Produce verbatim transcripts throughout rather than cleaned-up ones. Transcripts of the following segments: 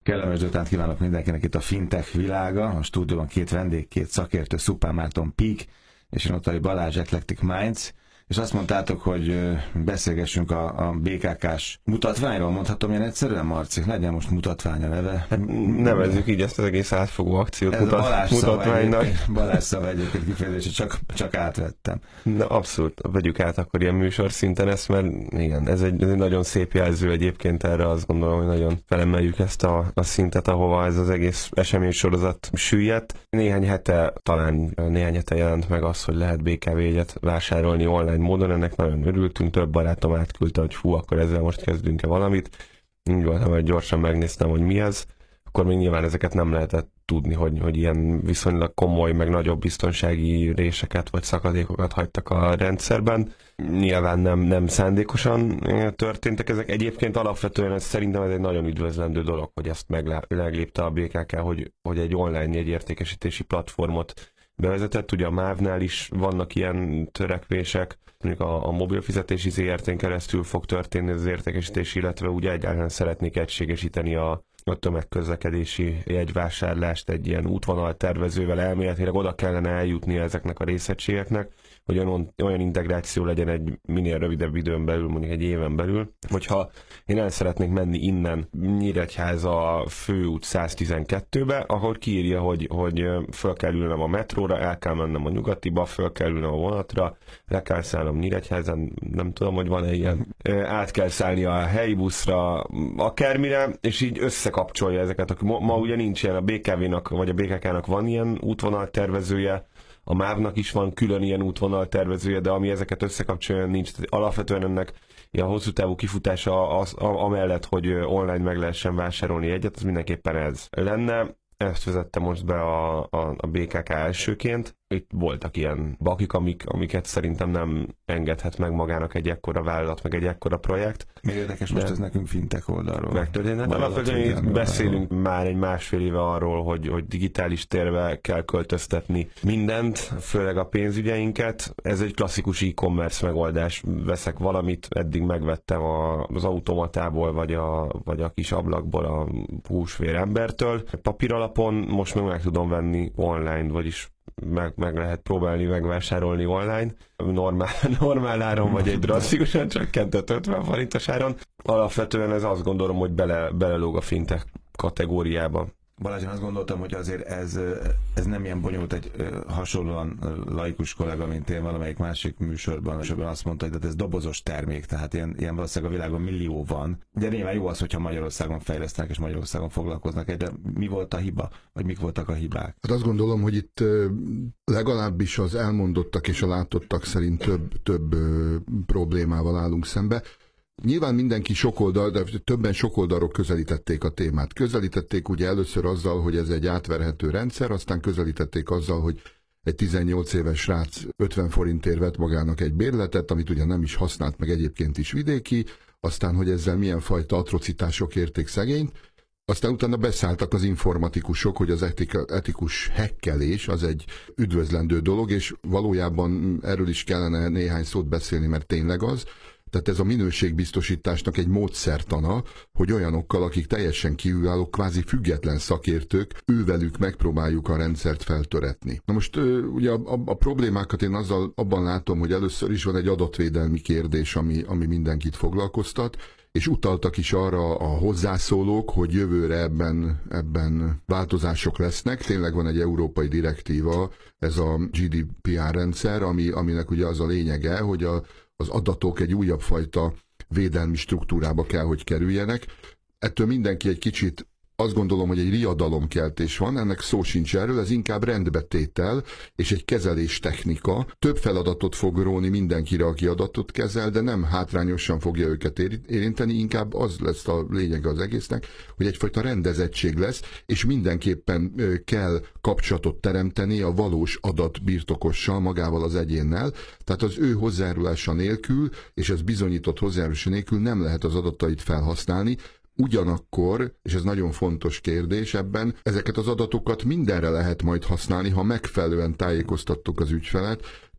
Kellemes délután kívánok mindenkinek itt a fintech világa. A stúdióban két vendég, két szakértő, Szupán Márton Peak és Notari Balázs Eclectic Minds. És azt mondtátok, hogy beszélgessünk a, a bé ká ká-s mutatványról, mondhatom ilyen egyszerűen, Marci? Legyen most mutatvány a neve. Hát nevezzük így ezt az egész átfogó akciót Ez mutat, Balázs mutatványnak. Balázs szava egyébként kifejezés, csak, csak átvettem. Na, abszolút, vegyük át akkor ilyen műsorszinten ezt, mert igen, ez egy, ez egy nagyon szép jelző egyébként erre, azt gondolom, hogy nagyon felemeljük ezt a, a szintet, ahova ez az egész eseménysorozat süllyedt. Néhány hete, talán néhány hete jelent meg az, hogy lehet bé ká vé jegyet vásárolni online módon, ennek nagyon örültünk, több barátom átküldte, hogy hú, akkor ezzel most kezdünk-e valamit. Úgy voltam, hogy gyorsan megnéztem, hogy mi ez. Akkor még nyilván ezeket nem lehetett tudni, hogy, hogy ilyen viszonylag komoly, meg nagyobb biztonsági réseket vagy szakadékokat hagytak a rendszerben. Nyilván nem, nem szándékosan történtek ezek. Egyébként alapvetően ez, szerintem ez egy nagyon üdvözlendő dolog, hogy ezt meglépte a bé ká ká, hogy, hogy egy online jegyértékesítési platformot bevezetett. Ugye a MÁV-nál is vannak ilyen törekvések, mondjuk a, a mobil fizetési zé er té-n keresztül fog történni az értékesítés, illetve ugye egyáltalán szeretnék egységesíteni a, a tömegközlekedési jegyvásárlást egy ilyen útvonal tervezővel, elméletileg oda kellene eljutni ezeknek a részegységeknek, hogy olyan, olyan integráció legyen egy minél rövidebb időn belül, mondjuk egy éven belül. Hogyha én el szeretnék menni innen Nyíregyháza főút száztizenkettőbe, ahol kiírja, hogy, hogy föl kell ülnem a metróra, el kell mennem a Nyugatiba, föl kell ülnem a vonatra, le kell szállnom Nyíregyházán, nem tudom, hogy van-e ilyen, át kell szállni a helyi buszra, akármire, és így összekapcsolja ezeket. Ma, ma ugye nincs ilyen, a bé ká vé-nak, vagy a bé ká ká-nak van ilyen útvonal tervezője, a MÁV-nak is van külön ilyen útvonal tervezője, de ami ezeket összekapcsolja, nincs. Alapvetően ennek a hosszú távú kifutása az, amellett, hogy online meg lehessen vásárolni egyet, az mindenképpen ez lenne. Ezt vezette most be a, a, a bé ká ká elsőként. Itt voltak ilyen bakik, amik, amiket szerintem nem engedhet meg magának egy ekkora vállalat, meg egy ekkora projekt. Még érdekes, most ez nekünk fintech oldalról. Megtörténhet. Alapvetően beszélünk már egy másfél éve arról, hogy, hogy digitális térbe kell költöztetni mindent, főleg a pénzügyeinket. Ez egy klasszikus e-commerce megoldás. Veszek valamit, eddig megvettem a, az automatából, vagy a, vagy a kis ablakból a húsvér embertől. Papír alapon most meg meg tudom venni online, vagyis Meg, meg lehet próbálni megvásárolni online, normál, normál áron, vagy egy drasztikusan csökkentett ötven forintos áron. Alapvetően ez azt gondolom, hogy bele, belelóg a fintech kategóriába. Balázs, én azt gondoltam, hogy azért ez, ez nem ilyen bonyolult, egy hasonlóan laikus kollega, mint én valamelyik másik műsorban, és azt mondta, hogy ez dobozos termék, tehát ilyen, ilyen valószínűleg a világon millió van. De nyilván jó az, hogyha Magyarországon fejlesztenek és Magyarországon foglalkoznak, de mi volt a hiba, vagy mik voltak a hibák? Hát azt gondolom, hogy itt legalábbis az elmondottak és a látottak szerint több, több problémával állunk szembe. Nyilván mindenki sok oldal, de többen sok oldalról közelítették a témát. Közelítették ugye először azzal, hogy ez egy átverhető rendszer, aztán közelítették azzal, hogy egy tizennyolc éves srác ötven forintért vett magának egy bérletet, amit ugye nem is használt, meg egyébként is vidéki, aztán, hogy ezzel milyen fajta atrocitások érték szegényt, aztán utána beszálltak az informatikusok, hogy az etika, etikus hekkelés az egy üdvözlendő dolog, és valójában erről is kellene néhány szót beszélni, mert tényleg az. Tehát ez a minőségbiztosításnak egy módszertana, hogy olyanokkal, akik teljesen kívülállók, kvázi független szakértők, ővelük megpróbáljuk a rendszert feltöretni. Na most ugye a, a, a problémákat én azzal, abban látom, hogy először is van egy adatvédelmi kérdés, ami, ami mindenkit foglalkoztat, és utaltak is arra a hozzászólók, hogy jövőre ebben, ebben változások lesznek. Tényleg van egy európai direktíva, ez a gé dé pé er rendszer, ami, aminek ugye az a lényege, hogy a az adatok egy újabb fajta védelmi struktúrába kell, hogy kerüljenek. Ettől mindenki egy kicsit, azt gondolom, hogy egy riadalomkeltés van, ennek szó sincs erről, ez inkább rendbetétel és egy kezelés technika. Több feladatot fog róni mindenkire, aki adatot kezel, de nem hátrányosan fogja őket érinteni, inkább az lesz a lényege az egésznek, hogy egyfajta rendezettség lesz, és mindenképpen kell kapcsolatot teremteni a valós adatbirtokossal, magával az egyénnel, tehát az ő hozzájárulása nélkül, és ez bizonyított hozzájárulása nélkül nem lehet az adatait felhasználni. Ugyanakkor, és ez nagyon fontos kérdés ebben, ezeket az adatokat mindenre lehet majd használni, ha megfelelően tájékoztattuk az ügyfelet,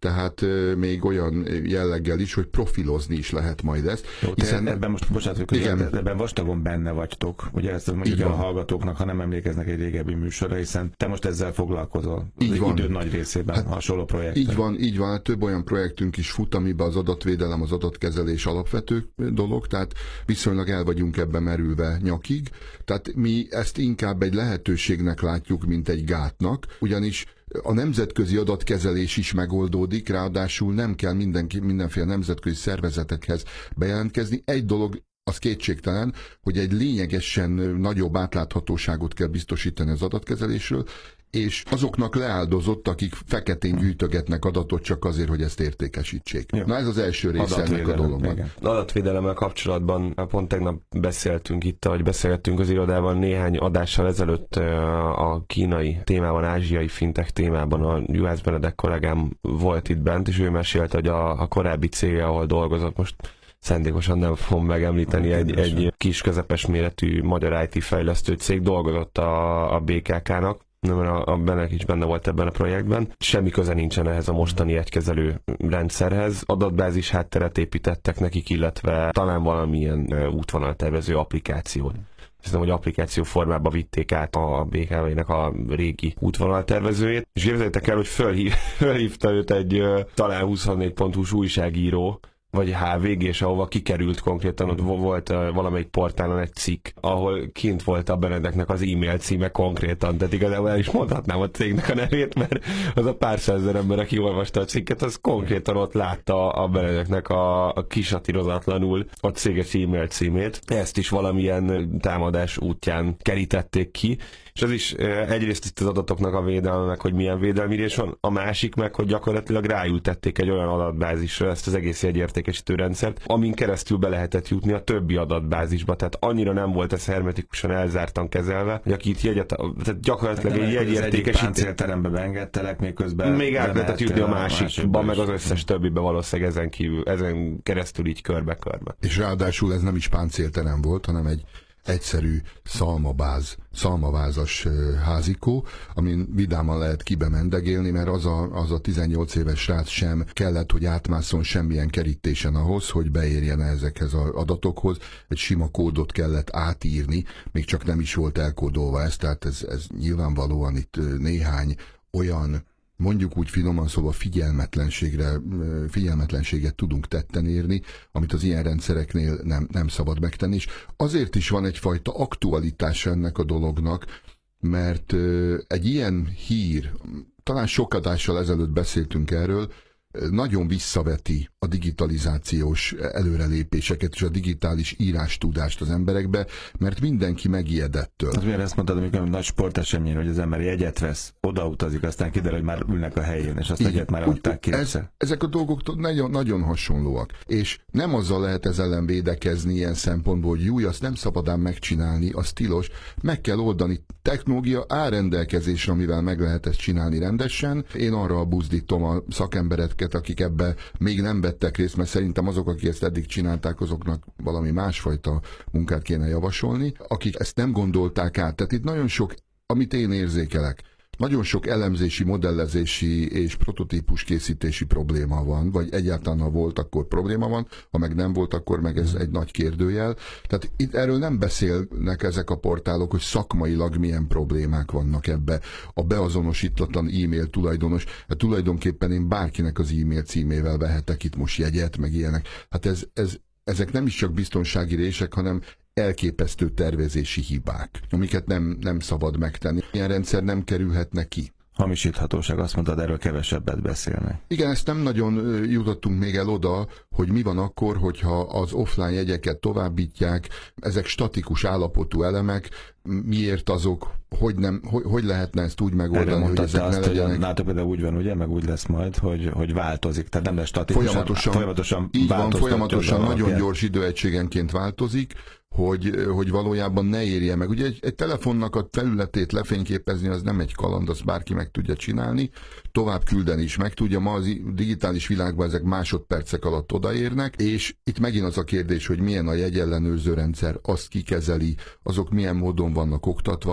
tehát még olyan jelleggel is, hogy profilozni is lehet majd ezt. Jó, hiszen ebben most, bocsánat, hogy ebben vastagon benne vagytok, ugye ezt így a hallgatóknak, ha nem emlékeznek egy régebbi műsorra, hiszen te most ezzel foglalkozol. Így van. Időd nagy részében hát, hasonló projektek. Így van, így van, több olyan projektünk is fut, amiben az adatvédelem, az adatkezelés alapvető dolog, tehát viszonylag el vagyunk ebben merülve nyakig, tehát mi ezt inkább egy lehetőségnek látjuk, mint egy gátnak, ugyanis a nemzetközi adatkezelés is megoldódik, ráadásul nem kell mindenki, mindenféle nemzetközi szervezetekhez bejelentkezni. Egy dolog az kétségtelen, hogy egy lényegesen nagyobb átláthatóságot kell biztosítani az adatkezelésről, és azoknak leáldozott, akik feketén gyűjtögetnek adatot csak azért, hogy ezt értékesítsék. Ja. Na ez az első része ennek a dolognak. Adatvédelemmel kapcsolatban pont tegnap beszéltünk itt, ahogy beszélgettünk az irodában néhány adással ezelőtt a kínai témában, ázsiai fintech témában a Juhász Benedek kollégám volt itt bent, és ő mesélte, hogy a, a korábbi cége, ahol dolgozott, most szándékosan nem fogom megemlíteni, egy, egy kis közepes méretű magyar i té fejlesztő cég dolgozott a, a bé ká ká-nak, nem, a, a Benek is benne volt ebben a projektben. Semmi köze nincsen ehhez a mostani egykezelő rendszerhez. Adatbázis hátteret építettek nekik, illetve talán valamilyen útvonaltervező applikációt. Hiszem, hogy applikáció formába vitték át a bé ká vé-nek a régi útvonaltervezőjét. És képzeljétek el, hogy fölhív, fölhívta őt egy talán huszonnégy pont hu-s újságíró, vagy há vé gés, ahova kikerült konkrétan, ott volt uh, valamelyik portálon egy cikk, ahol kint volt a Benedeknek az e-mail címe konkrétan, tehát igazából el is mondhatnám a cégnek a nevét, mert az a pár százezer ember, aki olvasta a cikket, az konkrétan ott látta a Benedeknek a, a kisatírozatlanul a céges e-mail címét. Ezt is valamilyen támadás útján kerítették ki, és az is egyrészt itt az adatoknak a védelme, meg hogy milyen védelmírés van, a másik meg, hogy gyakorlatilag ráültették egy olyan adatbázisra ezt az egész jegyértékesítő rendszert, amin keresztül be lehetett jutni a többi adatbázisba, tehát annyira nem volt ez hermetikusan elzártan kezelve, hogy aki itt jegyet, tehát gyakorlatilag egy jegyértékesítő terembe beengedtelek, még közben még át lehetett jutni a másikba, meg az összes többibe valószínűleg ezen kívül, ezen keresztül így körbe-körbe. És ráadásul ez nem is páncélterem volt, hanem egy egyszerű szalmabáz, szalmavázas házikó, amin vidáman lehet kibemendegélni, mert az a, az a tizennyolc éves srác sem kellett, hogy átmásszon semmilyen kerítésen ahhoz, hogy beérjen ezekhez az adatokhoz. Egy sima kódot kellett átírni, még csak nem is volt elkódolva ez, tehát ez, ez nyilvánvalóan itt néhány olyan, mondjuk úgy finoman szóval figyelmetlenségre, figyelmetlenséget tudunk tetten érni, amit az ilyen rendszereknél nem, nem szabad megtenni. És azért is van egyfajta aktualitása ennek a dolognak, mert egy ilyen hír, talán sok adással ezelőtt beszéltünk erről, nagyon visszaveti a digitalizációs előrelépéseket és a digitális írástudást az emberekbe, mert mindenki megijedettől. Az miért ezt mondtad, amikor nagy sportesemény, hogy az ember jegyet vesz, odautazik, aztán kiderül, hogy már ülnek a helyén, és azt egyet már adták ki. Ez, ezek a dolgok nagyon, nagyon hasonlóak. És nem azzal lehet ez ellen védekezni ilyen szempontból, hogy júj, azt nem szabadán megcsinálni, az tilos, meg kell oldani. Technológia áll rendelkezésre, amivel meg lehet ezt csinálni rendesen. Én arra buzdítom a szakembereket, akik ebbe még nem vettek részt, mert szerintem azok, akik ezt eddig csinálták, azoknak valami másfajta munkát kéne javasolni, akik ezt nem gondolták át. Tehát itt nagyon sok, amit én érzékelek, nagyon sok elemzési, modellezési és prototípus készítési probléma van, vagy egyáltalán ha volt, akkor probléma van, ha meg nem volt, akkor meg ez egy nagy kérdőjel. Tehát itt erről nem beszélnek ezek a portálok, hogy szakmailag milyen problémák vannak ebbe. A beazonosítatlan e-mail tulajdonos, hát tulajdonképpen én bárkinek az e-mail címével vehetek itt most jegyet, meg ilyenek. Hát ez, ez, ezek nem is csak biztonsági rések, hanem elképesztő tervezési hibák, amiket nem, nem szabad megtenni. Ilyen rendszer nem kerülhetne ki. Hamisíthatóság, azt mondtad, erről kevesebbet beszélnek. Igen, ezt nem nagyon jutottunk még el oda, hogy mi van akkor, hogyha az offline jegyeket továbbítják, ezek statikus állapotú elemek, miért azok, hogy, nem, hogy, hogy lehetne ezt úgy megoldani, hogy ezek azt, ne legyenek. Hogy a NATO például úgy van, ugye, meg úgy lesz majd, hogy, hogy változik, tehát nem lesz statikus. Folyamatosan, folyamatosan így van, folyamatosan nagyon alapján. Gyors időegységenként változik, hogy, hogy valójában ne érje meg. Ugye egy, egy telefonnak a felületét lefényképezni, az nem egy kaland, azt bárki meg tudja csinálni, tovább küldeni is meg tudja, ma az digitális világban ezek másodpercek alatt odaérnek, és itt megint az a kérdés, hogy milyen a jegyellenőrző rendszer, azt kikezeli, azok milyen módon vannak oktatva.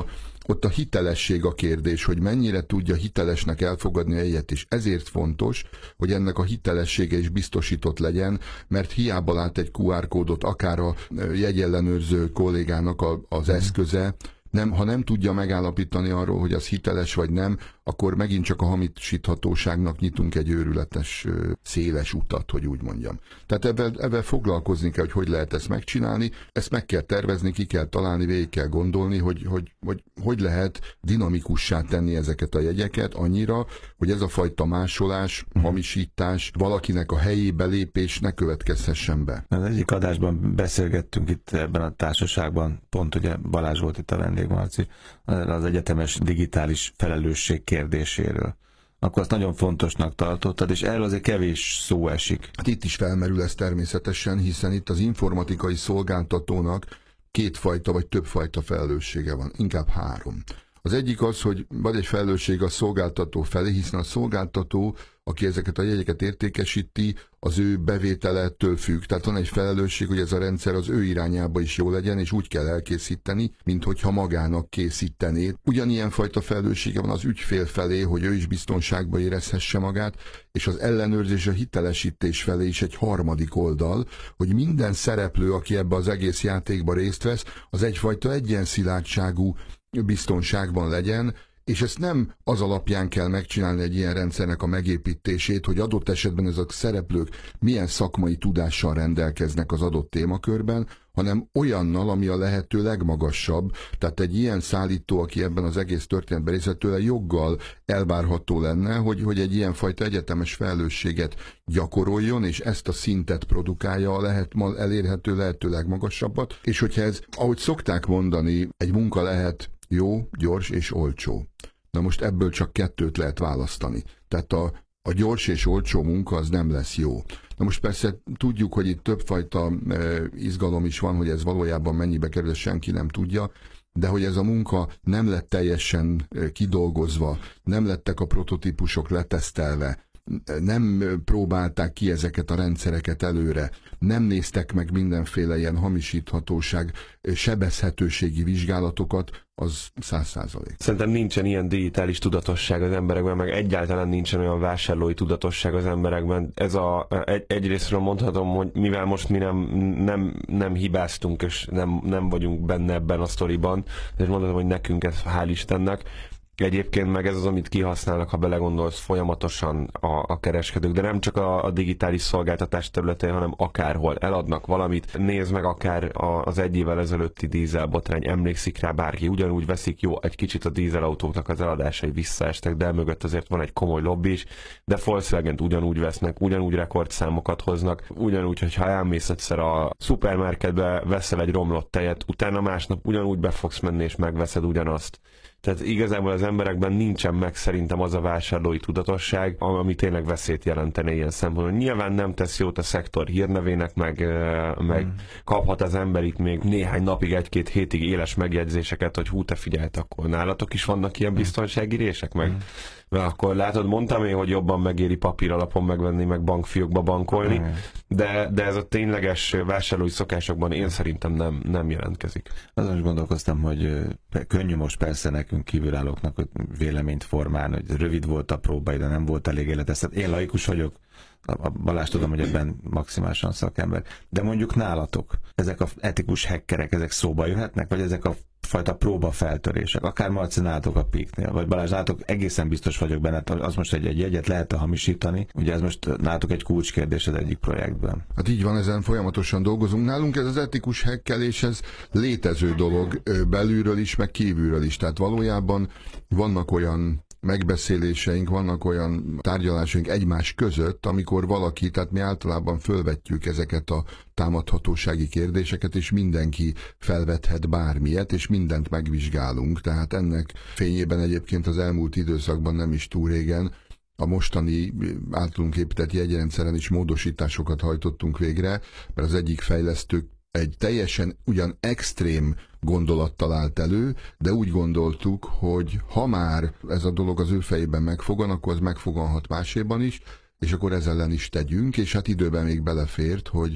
ott a hitelesség a kérdés, hogy mennyire tudja hitelesnek elfogadni a jegyet, és ezért fontos, hogy ennek a hitelessége is biztosított legyen, mert hiába lát egy kú ár kódot akár a jegyellenőrző kollégának a, az eszköze, nem, ha nem tudja megállapítani arról, hogy az hiteles vagy nem, akkor megint csak a hamisíthatóságnak nyitunk egy őrületes, széles utat, hogy úgy mondjam. Tehát ebben, ebben foglalkozni kell, hogy hogy lehet ezt megcsinálni, ezt meg kell tervezni, ki kell találni, végig kell gondolni, hogy hogy, hogy hogy lehet dinamikussá tenni ezeket a jegyeket annyira, hogy ez a fajta másolás, hamisítás, valakinek a helyébe lépés ne következhessen be. Az egyik adásban beszélgettünk itt ebben a társaságban, pont ugye Balázs volt itt a vendég, Marci, az egyetemes digitális felelősség kérdéséről. Akkor azt nagyon fontosnak tartottad, és erről azért kevés szó esik. Hát itt is felmerül ez természetesen, hiszen itt az informatikai szolgáltatónak kétfajta vagy többfajta felelőssége van, inkább három. Az egyik az, hogy vagy egy felelősség a szolgáltató felé, hiszen a szolgáltató, aki ezeket a jegyeket értékesíti, az ő bevételettől függ. Tehát van egy felelősség, hogy ez a rendszer az ő irányába is jó legyen, és úgy kell elkészíteni, mint hogyha magának készítené. Ugyanilyen fajta felelőssége van az ügyfél felé, hogy ő is biztonságban érezhesse magát, és az ellenőrzés, a hitelesítés felé is egy harmadik oldal, hogy minden szereplő, aki ebbe az egész játékba részt vesz, az egyfajta egyenszilátságú biztonságban legyen, és ezt nem az alapján kell megcsinálni egy ilyen rendszernek a megépítését, hogy adott esetben ezek a szereplők milyen szakmai tudással rendelkeznek az adott témakörben, hanem olyannal, ami a lehető legmagasabb. Tehát egy ilyen szállító, aki ebben az egész történetben részt vett, tőle joggal elvárható lenne, hogy, hogy egy ilyenfajta egyetemes felelősséget gyakoroljon, és ezt a szintet produkálja a lehet, elérhető lehető legmagasabbat. És hogyha ez, ahogy szokták mondani, egy munka lehet jó, gyors és olcsó. Na most ebből csak kettőt lehet választani. Tehát a, a gyors és olcsó munka az nem lesz jó. Na most persze tudjuk, hogy itt többfajta e, izgalom is van, hogy ez valójában mennyibe kerül, senki nem tudja, de hogy ez a munka nem lett teljesen e, kidolgozva, nem lettek a prototípusok letesztelve, nem próbálták ki ezeket a rendszereket előre, nem néztek meg mindenféle ilyen hamisíthatóság, sebezhetőségi vizsgálatokat, az száz százalék. Szerintem nincsen ilyen digitális tudatosság az emberekben, meg egyáltalán nincsen olyan vásárlói tudatosság az emberekben. Ez a, egy, egyrésztről mondhatom, hogy mivel most mi nem, nem, nem hibáztunk, és nem, nem vagyunk benne ebben a sztoriban, és mondhatom, hogy nekünk ez hál' Istennek. Egyébként meg ez az, amit kihasználnak, ha belegondolsz, folyamatosan a, a kereskedők, de nem csak a, a digitális szolgáltatás területén, hanem akárhol eladnak valamit. Nézd meg akár a, az egy évvel ezelőtti dízelbotrány, emlékszik rá bárki, ugyanúgy veszik, jó, egy kicsit a dízelautóknak az eladásai visszaestek, de mögött azért van egy komoly lobby is, de Volkswagent ugyanúgy vesznek, ugyanúgy rekordszámokat hoznak, ugyanúgy, hogyha elmész egyszer a szupermarketbe, veszel egy romlott tejet, utána másnap ugyanúgy be fogsz menni és megveszed ugyanazt. Tehát igazából az emberekben nincsen meg szerintem az a vásárlói tudatosság, ami tényleg veszélyt jelentene ilyen szempontból. Nyilván nem tesz jót a szektor hírnevének, meg, meg mm. kaphat az ember itt még néhány napig, egy-két hétig éles megjegyzéseket, hogy hú, te figyelj, akkor nálatok is vannak ilyen biztonsági rések, meg... Mm. Mert akkor látod, mondtam én, hogy jobban megéri papír alapon megvenni, meg bankfiókba bankolni, de, de ez a tényleges vásárlói szokásokban én szerintem nem, nem jelentkezik. Azon is gondolkoztam, hogy könnyű most persze nekünk kívülállóknak hogy véleményt formálni, hogy rövid volt a próba, de nem volt elég életesztett. Én laikus vagyok, a Balázs tudom, hogy ebben maximálisan szakember. De mondjuk nálatok, ezek az etikus hackerek, ezek szóba jöhetnek, vagy ezek a fajta próbafeltörések, akár Marci nálatok a Peaknél, vagy Balázs nálatok egészen biztos vagyok benne, az most egy, egy jegyet lehet hamisítani, ugye ez most nálatok egy kulcskérdés az egyik projektben. Hát így van, ezen folyamatosan dolgozunk. Nálunk ez az etikus hackelés, ez létező dolog belülről is, meg kívülről is. Tehát valójában vannak olyan megbeszéléseink, vannak olyan tárgyalásaink egymás között, amikor valaki, tehát mi általában fölvetjük ezeket a támadhatósági kérdéseket, és mindenki felvethet bármilyet, és mindent megvizsgálunk. Tehát ennek fényében egyébként az elmúlt időszakban nem is túl régen a mostani általunk épített jegyrendszeren is módosításokat hajtottunk végre, mert az egyik fejlesztő egy teljesen ugyan extrém gondolattal állt elő, de úgy gondoltuk, hogy ha már ez a dolog az ő fejében megfogan, akkor az megfoganhat máséban is, és akkor ez ellen is tegyünk, és hát időben még belefért, hogy,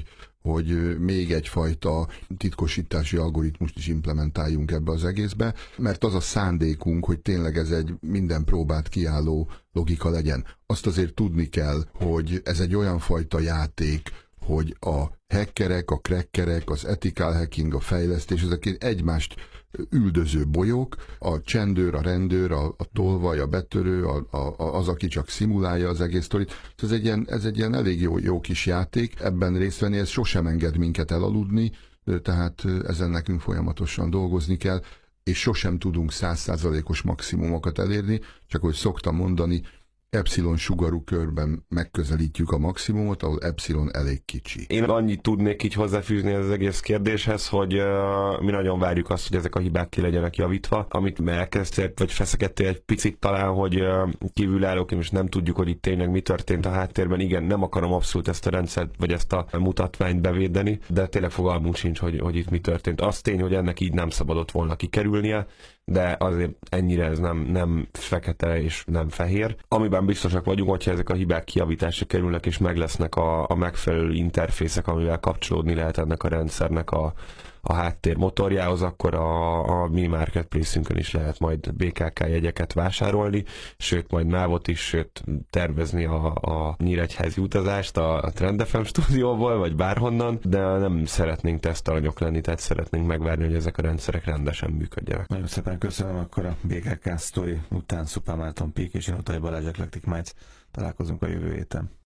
hogy még egyfajta titkosítási algoritmust is implementáljunk ebbe az egészbe, mert az a szándékunk, hogy tényleg ez egy minden próbát kiálló logika legyen. Azt azért tudni kell, hogy ez egy olyan fajta játék, hogy a hackerek, a crackerek, az ethical hacking, a fejlesztés, ezek egymást üldöző bolyok, a csendőr, a rendőr, a, a tolvaj, a betörő, a, a, az, aki csak szimulálja az egész sztorit. Ez egy ilyen, ez egy ilyen elég jó, jó kis játék, ebben részt venni, ez sosem enged minket elaludni, tehát ezen nekünk folyamatosan dolgozni kell, és sosem tudunk száz százalékos maximumokat elérni, csak hogy szoktam mondani, epsilon sugarú körben megközelítjük a maximumot, ahol epsilon elég kicsi. Én annyit tudnék így hozzáfűzni ez az egész kérdéshez, hogy uh, mi nagyon várjuk azt, hogy ezek a hibák ki legyenek javítva, amit elkezdtél, vagy feszekedtél egy picit talán, hogy uh, kívülállók, és nem tudjuk, hogy itt tényleg mi történt a háttérben. Igen, nem akarom abszolút ezt a rendszert, vagy ezt a mutatványt bevédeni, de tényleg fogalmunk sincs, hogy, hogy itt mi történt. Az tény, hogy ennek így nem szabadott volna kikerülnie, de azért ennyire ez nem, nem fekete és nem fehér. Amiben biztosak vagyunk, hogyha ezek a hibák kijavításra kerülnek, és meg lesznek a, a megfelelő interfészek, amivel kapcsolódni lehet ennek a rendszernek a, a háttér motorjához, akkor a, a mi marketplace-ünkön is lehet majd bé ká ká jegyeket vásárolni, sőt majd mávot is, sőt tervezni a, a nyíregyházi utazást a, a Trend ef em stúdióból, vagy bárhonnan, de nem szeretnénk tesztalanyok lenni, tehát szeretnénk megvárni, hogy ezek a rendszerek rendesen működjenek. Nagyon szépen köszönöm, akkor a bé ká ká Story után Szupán Márton Pék és én Utai Balázs Eclectic Minds találkozunk a jövő héten.